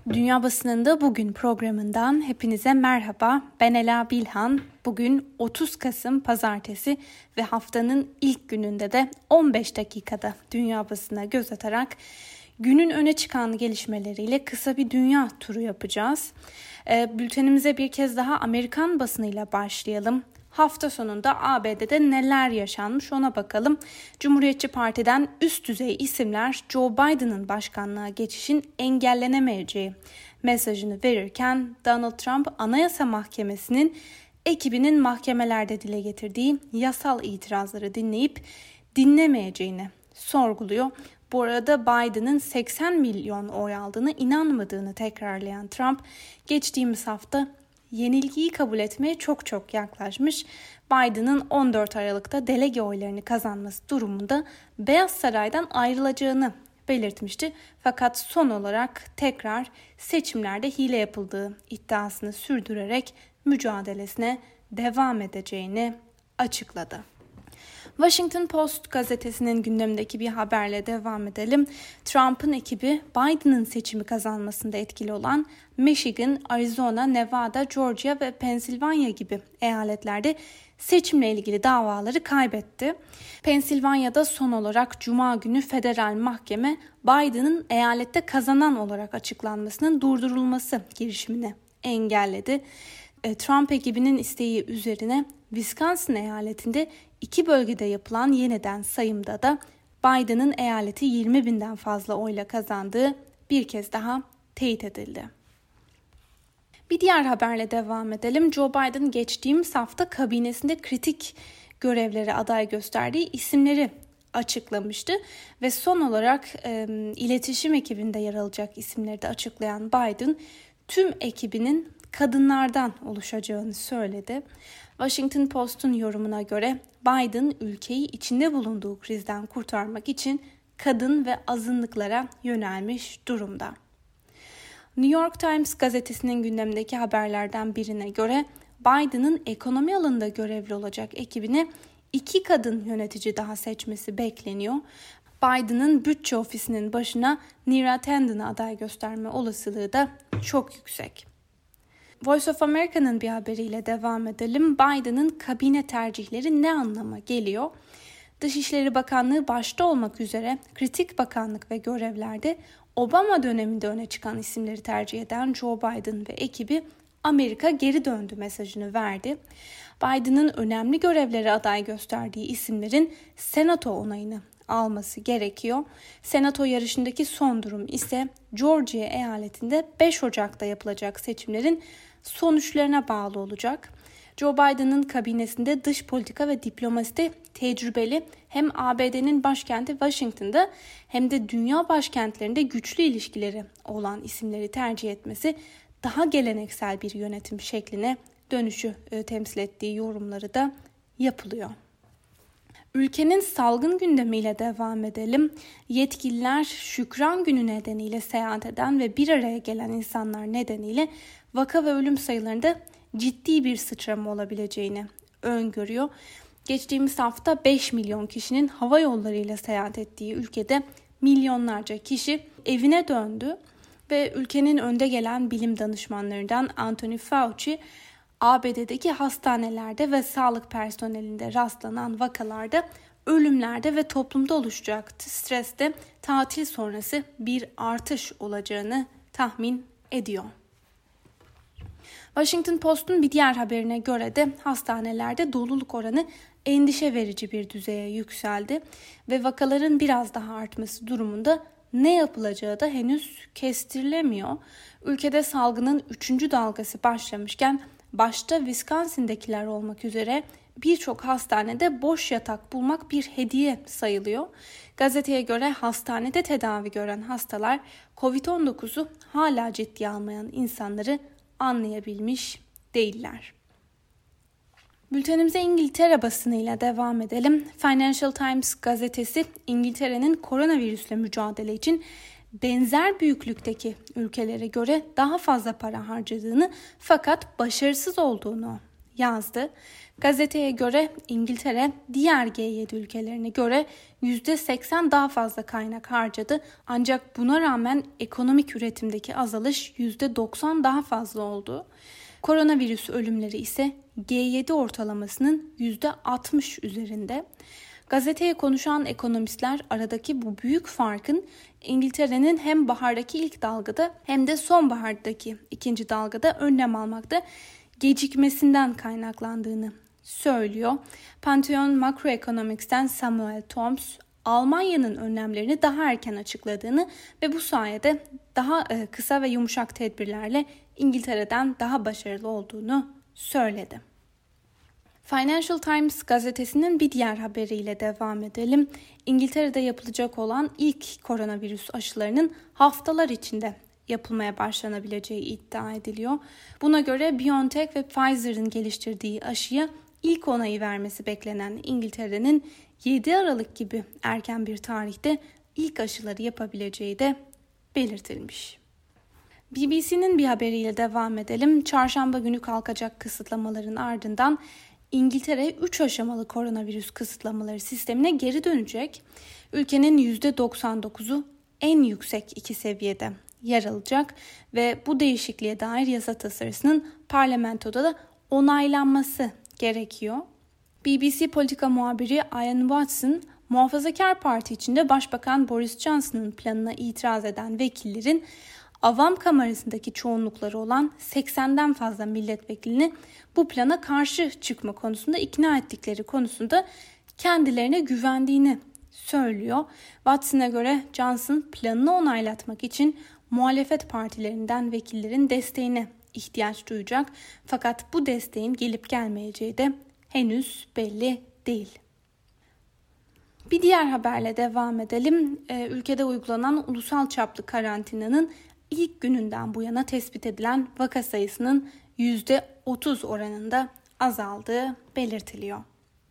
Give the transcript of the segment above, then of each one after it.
Dünya Basınında Bugün programından hepinize merhaba. Ben Ela Bilhan. Bugün 30 Kasım Pazartesi ve haftanın ilk gününde de 15 dakikada dünya basınına göz atarak günün öne çıkan gelişmeleriyle kısa bir dünya turu yapacağız. Bültenimize bir kez daha Amerikan basınıyla başlayalım. Hafta sonunda ABD'de neler yaşanmış ona bakalım. Cumhuriyetçi Parti'den üst düzey isimler Joe Biden'ın başkanlığa geçişin engellenemeyeceği mesajını verirken Donald Trump Anayasa Mahkemesi'nin ekibinin mahkemelerde dile getirdiği yasal itirazları dinleyip dinlemeyeceğini sorguluyor. Bu arada Biden'ın 80 milyon oy aldığını inanmadığını tekrarlayan Trump geçtiğimiz hafta yenilgiyi kabul etmeye çok yaklaşmış. Biden'ın 14 Aralık'ta delege oylarını kazanması durumunda Beyaz Saray'dan ayrılacağını belirtmişti. Fakat son olarak tekrar seçimlerde hile yapıldığı iddiasını sürdürerek mücadelesine devam edeceğini açıkladı. Washington Post gazetesinin gündemindeki bir haberle devam edelim. Trump'ın ekibi Biden'ın seçimi kazanmasında etkili olan Michigan, Arizona, Nevada, Georgia ve Pensilvanya gibi eyaletlerde seçimle ilgili davaları kaybetti. Pensilvanya'da son olarak Cuma günü federal mahkeme Biden'ın eyalette kazanan olarak açıklanmasının durdurulması girişimini engelledi. Trump ekibinin isteği üzerine Wisconsin eyaletinde 2 bölgede yapılan yeniden sayımda da Biden'ın eyaleti 20 binden fazla oyla kazandığı bir kez daha teyit edildi. Bir diğer haberle devam edelim. Joe Biden geçtiğimiz hafta kabinesinde kritik görevlere aday gösterdiği isimleri açıklamıştı ve son olarak iletişim ekibinde yer alacak isimleri de açıklayan Biden tüm ekibinin kadınlardan oluşacağını söyledi. Washington Post'un yorumuna göre Biden ülkeyi içinde bulunduğu krizden kurtarmak için kadın ve azınlıklara yönelmiş durumda. New York Times gazetesinin gündemindeki haberlerden birine göre Biden'ın ekonomi alanında görevli olacak ekibine 2 kadın yönetici daha seçmesi bekleniyor. Biden'ın bütçe ofisinin başına Neera Tanden'ı aday gösterme olasılığı da çok yüksek. Voice of America'nın bir haberiyle devam edelim. Biden'ın kabine tercihleri ne anlama geliyor? Dışişleri Bakanlığı başta olmak üzere kritik bakanlık ve görevlerde Obama döneminde öne çıkan isimleri tercih eden Joe Biden ve ekibi Amerika geri döndü mesajını verdi. Biden'ın önemli görevlere aday gösterdiği isimlerin Senato onayını alması gerekiyor. Senato yarışındaki son durum ise Georgia eyaletinde 5 Ocak'ta yapılacak seçimlerin sonuçlarına bağlı olacak. Joe Biden'ın kabinesinde dış politika ve diplomaside tecrübeli hem ABD'nin başkenti Washington'da hem de dünya başkentlerinde güçlü ilişkileri olan isimleri tercih etmesi daha geleneksel bir yönetim şekline dönüşü temsil ettiği yorumları da yapılıyor. Ülkenin salgın gündemiyle devam edelim. Yetkililer Şükran Günü nedeniyle seyahat eden ve bir araya gelen insanlar nedeniyle vaka ve ölüm sayılarında ciddi bir sıçrama olabileceğini öngörüyor. Geçtiğimiz hafta 5 milyon kişinin hava yollarıyla seyahat ettiği ülkede milyonlarca kişi evine döndü ve ülkenin önde gelen bilim danışmanlarından Anthony Fauci, ABD'deki hastanelerde ve sağlık personelinde rastlanan vakalarda, ölümlerde ve toplumda oluşacak streste tatil sonrası bir artış olacağını tahmin ediyor. Washington Post'un bir diğer haberine göre de hastanelerde doluluk oranı endişe verici bir düzeye yükseldi ve vakaların biraz daha artması durumunda ne yapılacağı da henüz kestirilemiyor. Ülkede salgının 3. dalgası başlamışken başta Wisconsin'dekiler olmak üzere birçok hastanede boş yatak bulmak bir hediye sayılıyor. Gazeteye göre hastanede tedavi gören hastalar COVID-19'u hala ciddiye almayan insanları anlayabilmiş değiller. Bültenimize İngiltere basınıyla devam edelim. Financial Times gazetesi İngiltere'nin koronavirüsle mücadele için benzer büyüklükteki ülkelere göre daha fazla para harcadığını fakat başarısız olduğunu yazdı. Gazeteye göre İngiltere diğer G7 ülkelerine göre %80 daha fazla kaynak harcadı. Ancak buna rağmen ekonomik üretimdeki azalış %90 daha fazla oldu. Koronavirüs ölümleri ise G7 ortalamasının %60 üzerinde. Gazeteye konuşan ekonomistler aradaki bu büyük farkın İngiltere'nin hem bahardaki ilk dalgada hem de sonbahardaki ikinci dalgada önlem almakta gecikmesinden kaynaklandığını söylüyor. Pantheon Macroeconomics'ten Samuel Thoms, Almanya'nın önlemlerini daha erken açıkladığını ve bu sayede daha kısa ve yumuşak tedbirlerle İngiltere'den daha başarılı olduğunu söyledi. Financial Times gazetesinin bir diğer haberiyle devam edelim. İngiltere'de yapılacak olan ilk koronavirüs aşılarının haftalar içinde yapılmaya başlanabileceği iddia ediliyor. Buna göre BioNTech ve Pfizer'ın geliştirdiği aşıya ilk onayı vermesi beklenen İngiltere'nin 7 Aralık gibi erken bir tarihte ilk aşıları yapabileceği de belirtilmiş. BBC'nin bir haberiyle devam edelim. Çarşamba günü kalkacak kısıtlamaların ardından İngiltere 3 aşamalı koronavirüs kısıtlamaları sistemine geri dönecek. Ülkenin %99'u en yüksek 2 seviyede yer alacak ve bu değişikliğe dair yasa tasarısının parlamentoda da onaylanması gerekiyor. BBC politika muhabiri Ian Watson, Muhafazakar Parti içinde Başbakan Boris Johnson'ın planına itiraz eden vekillerin Avam Kamerası'ndaki çoğunlukları olan 80'den fazla milletvekilini bu plana karşı çıkma konusunda ikna ettikleri konusunda kendilerine güvendiğini söylüyor. Watson'a göre Johnson planını onaylatmak için muhalefet partilerinden vekillerin desteğine ihtiyaç duyacak. Fakat bu desteğin gelip gelmeyeceği de henüz belli değil. Bir diğer haberle devam edelim. Ülkede uygulanan ulusal çaplı karantinanın ilk gününden bu yana tespit edilen vaka sayısının %30 oranında azaldığı belirtiliyor.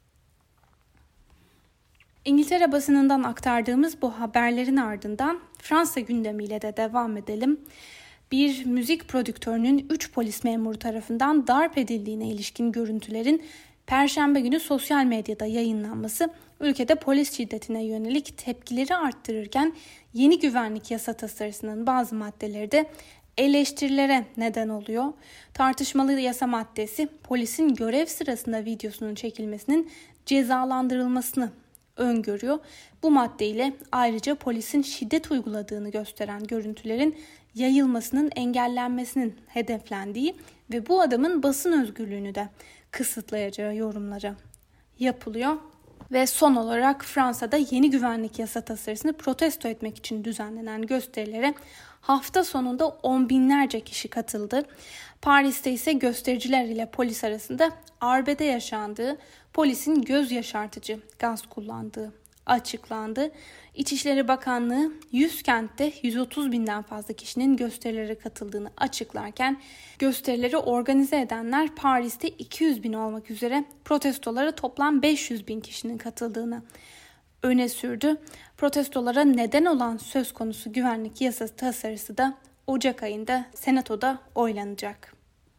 İngiltere basınından aktardığımız bu haberlerin ardından Fransa gündemiyle de devam edelim. Bir müzik prodüktörünün 3 polis memuru tarafından darp edildiğine ilişkin görüntülerin Perşembe günü sosyal medyada yayınlanması ülkede polis şiddetine yönelik tepkileri arttırırken yeni güvenlik yasa tasarısının bazı maddeleri de eleştirilere neden oluyor. Tartışmalı yasa maddesi polisin görev sırasında videosunun çekilmesinin cezalandırılmasını öngörüyor. Bu maddeyle ayrıca polisin şiddet uyguladığını gösteren görüntülerin yayılmasının engellenmesinin hedeflendiği ve bu adamın basın özgürlüğünü de kısıtlayacağı yorumları yapılıyor. Ve son olarak Fransa'da yeni güvenlik yasa tasarısını protesto etmek için düzenlenen gösterilere hafta sonunda on binlerce kişi katıldı. Paris'te ise göstericiler ile polis arasında arbede yaşandığı, polisin göz yaşartıcı gaz kullandığı açıklandı. İçişleri Bakanlığı 100 kentte 130 binden fazla kişinin gösterilere katıldığını açıklarken gösterileri organize edenler Paris'te 200 bin olmak üzere protestolara toplam 500 bin kişinin katıldığını öne sürdü. Protestolara neden olan söz konusu güvenlik yasası tasarısı da Ocak ayında Senato'da oylanacak.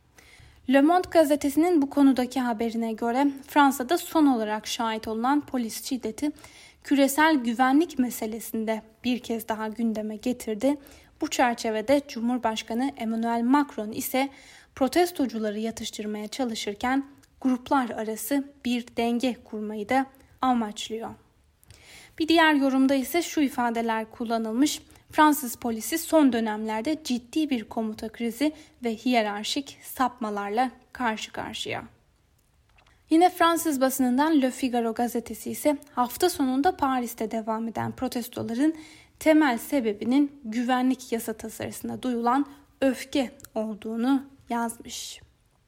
Le Monde gazetesinin bu konudaki haberine göre Fransa'da son olarak şahit olunan polis şiddeti küresel güvenlik meselesinde bir kez daha gündeme getirdi. Bu çerçevede Cumhurbaşkanı Emmanuel Macron ise protestocuları yatıştırmaya çalışırken gruplar arası bir denge kurmayı da amaçlıyor. Bir diğer yorumda ise şu ifadeler kullanılmış. Fransız polisi son dönemlerde ciddi bir komuta krizi ve hiyerarşik sapmalarla karşı karşıya. Yine Fransız basınından Le Figaro gazetesi ise hafta sonunda Paris'te devam eden protestoların temel sebebinin güvenlik yasa tasarısına duyulan öfke olduğunu yazmış.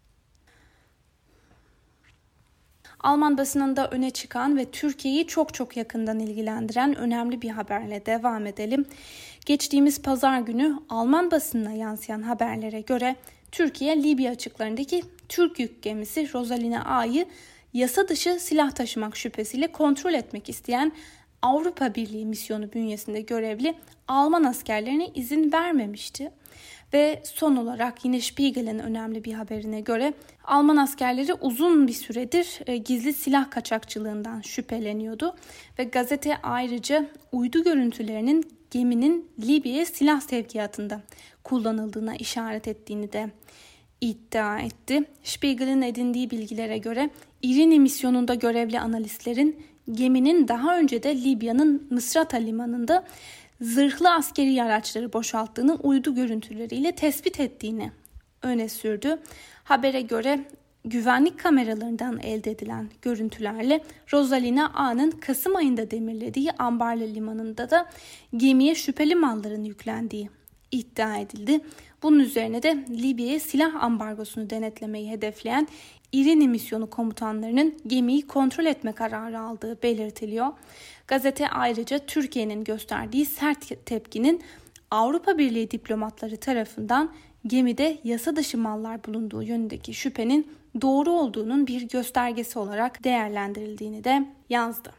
Alman basınında öne çıkan ve Türkiye'yi çok yakından ilgilendiren önemli bir haberle devam edelim. Geçtiğimiz pazar günü Alman basınına yansıyan haberlere göre Türkiye, Libya açıklarındaki Türk yük gemisi Rosaline A'yı yasa dışı silah taşımak şüphesiyle kontrol etmek isteyen Avrupa Birliği misyonu bünyesinde görevli Alman askerlerine izin vermemişti. Ve son olarak yine Spiegel'in önemli bir haberine göre Alman askerleri uzun bir süredir gizli silah kaçakçılığından şüpheleniyordu. Ve gazete ayrıca uydu görüntülerinin geminin Libya'ya silah sevkiyatında kullanıldığına işaret ettiğini de iddia etti. Spiegel'in edindiği bilgilere göre İrini misyonunda görevli analistlerin geminin daha önce de Libya'nın Mısrata limanında zırhlı askeri araçları boşalttığını uydu görüntüleriyle tespit ettiğini öne sürdü. Habere göre güvenlik kameralarından elde edilen görüntülerle Rosalina A'nın Kasım ayında demirlediği Ambarlı limanında da gemiye şüpheli malların yüklendiği iddia edildi. Bunun üzerine de Libya'ya silah ambargosunu denetlemeyi hedefleyen İrini misyonu komutanlarının gemiyi kontrol etme kararı aldığı belirtiliyor. Gazete ayrıca Türkiye'nin gösterdiği sert tepkinin Avrupa Birliği diplomatları tarafından gemide yasa dışı mallar bulunduğu yönündeki şüphenin doğru olduğunun bir göstergesi olarak değerlendirildiğini de yazdı.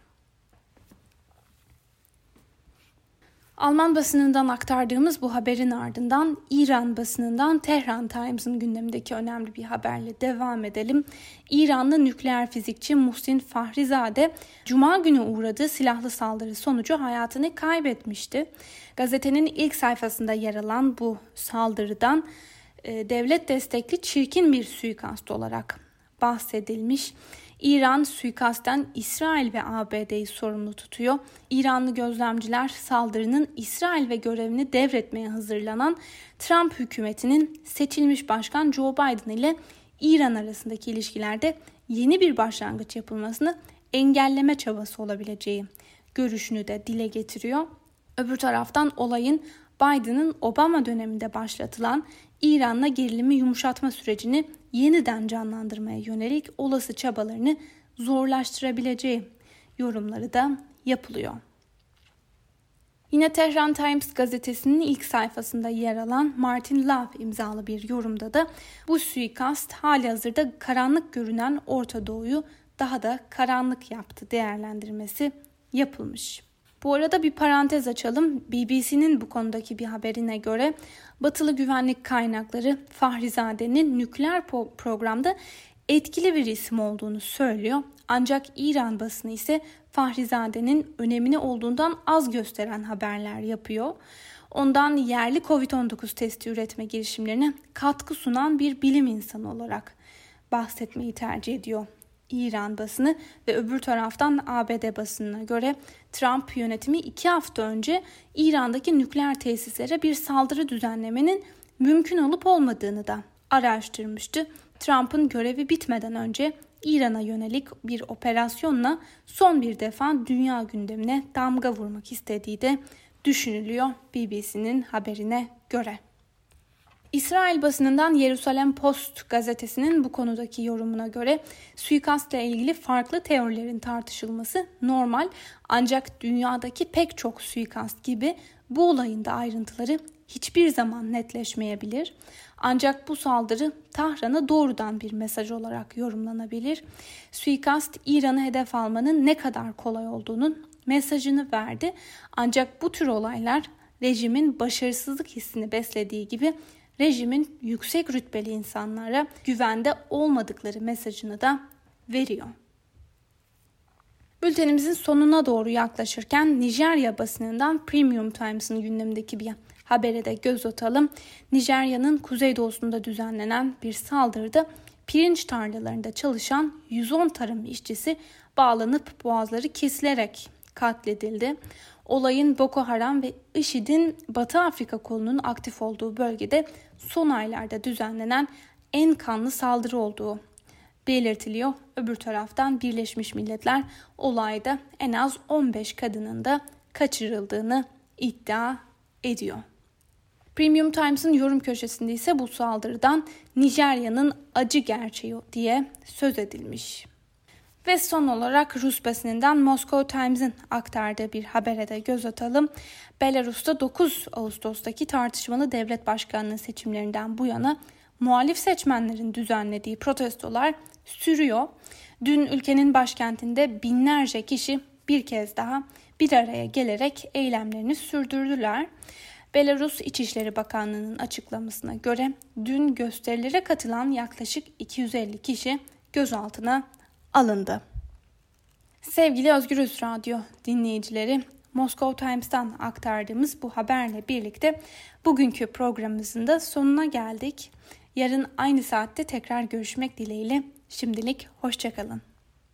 Alman basınından aktardığımız bu haberin ardından İran basınından Tehran Times'ın gündemindeki önemli bir haberle devam edelim. İranlı nükleer fizikçi Muhsin Fahrizade Cuma günü uğradığı silahlı saldırı sonucu hayatını kaybetmişti. Gazetenin ilk sayfasında yer alan bu saldırıdan devlet destekli çirkin bir suikast olarak bahsedilmiş. İran suikastten İsrail ve ABD'yi sorumlu tutuyor. İranlı gözlemciler saldırının İsrail ve görevini devretmeye hazırlanan Trump hükümetinin seçilmiş başkan Joe Biden ile İran arasındaki ilişkilerde yeni bir başlangıç yapılmasını engelleme çabası olabileceği görüşünü de dile getiriyor. Öbür taraftan olayın Biden'ın Obama döneminde başlatılan İran'la gerilimi yumuşatma sürecini yeniden canlandırmaya yönelik olası çabalarını zorlaştırabileceği yorumları da yapılıyor. Yine Tehran Times gazetesinin ilk sayfasında yer alan Martin Love imzalı bir yorumda da bu suikast halihazırda karanlık görünen Orta Doğu'yu daha da karanlık yaptı değerlendirmesi yapılmış. Bu arada bir parantez açalım. BBC'nin bu konudaki bir haberine göre batılı güvenlik kaynakları Fahrizade'nin nükleer programda etkili bir isim olduğunu söylüyor. Ancak İran basını ise Fahrizade'nin önemini olduğundan az gösteren haberler yapıyor. Ondan yerli Covid-19 testi üretme girişimlerine katkı sunan bir bilim insanı olarak bahsetmeyi tercih ediyor İran basını ve öbür taraftan ABD basınına göre Trump yönetimi 2 hafta önce İran'daki nükleer tesislere bir saldırı düzenlemenin mümkün olup olmadığını da araştırmıştı. Trump'ın görevi bitmeden önce İran'a yönelik bir operasyonla son bir defa dünya gündemine damga vurmak istediği de düşünülüyor BBC'nin haberine göre. İsrail basınından Jerusalem Post gazetesinin bu konudaki yorumuna göre suikastla ilgili farklı teorilerin tartışılması normal, ancak dünyadaki pek çok suikast gibi bu olayın da ayrıntıları hiçbir zaman netleşmeyebilir. Ancak bu saldırı Tahran'a doğrudan bir mesaj olarak yorumlanabilir. Suikast İran'ı hedef almanın ne kadar kolay olduğunun mesajını verdi. Ancak bu tür olaylar rejimin başarısızlık hissini beslediği gibi rejimin yüksek rütbeli insanlara güvende olmadıkları mesajını da veriyor. Bültenimizin sonuna doğru yaklaşırken Nijerya basınından Premium Times'ın gündemindeki bir habere de göz atalım. Nijerya'nın kuzeydoğusunda düzenlenen bir saldırıda pirinç tarlalarında çalışan 110 tarım işçisi bağlanıp boğazları kesilerek katledildi. Olayın Boko Haram ve IŞİD'in Batı Afrika kolunun aktif olduğu bölgede son aylarda düzenlenen en kanlı saldırı olduğu belirtiliyor. Öbür taraftan Birleşmiş Milletler olayda en az 15 kadının da kaçırıldığını iddia ediyor. Premium Times'ın yorum köşesinde ise bu saldırıdan Nijerya'nın acı gerçeği diye söz edilmiş. Ve son olarak Rus basınından Moscow Times'ın aktardığı bir habere de göz atalım. Belarus'ta 9 Ağustos'taki tartışmalı devlet başkanlığı seçimlerinden bu yana muhalif seçmenlerin düzenlediği protestolar sürüyor. Dün ülkenin başkentinde binlerce kişi bir kez daha bir araya gelerek eylemlerini sürdürdüler. Belarus İçişleri Bakanlığı'nın açıklamasına göre dün gösterilere katılan yaklaşık 250 kişi gözaltına alındı. Sevgili Özgürüz Radyo dinleyicileri, Moscow Times'tan aktardığımız bu haberle birlikte bugünkü programımızın da sonuna geldik. Yarın aynı saatte tekrar görüşmek dileğiyle. Şimdilik hoşça kalın.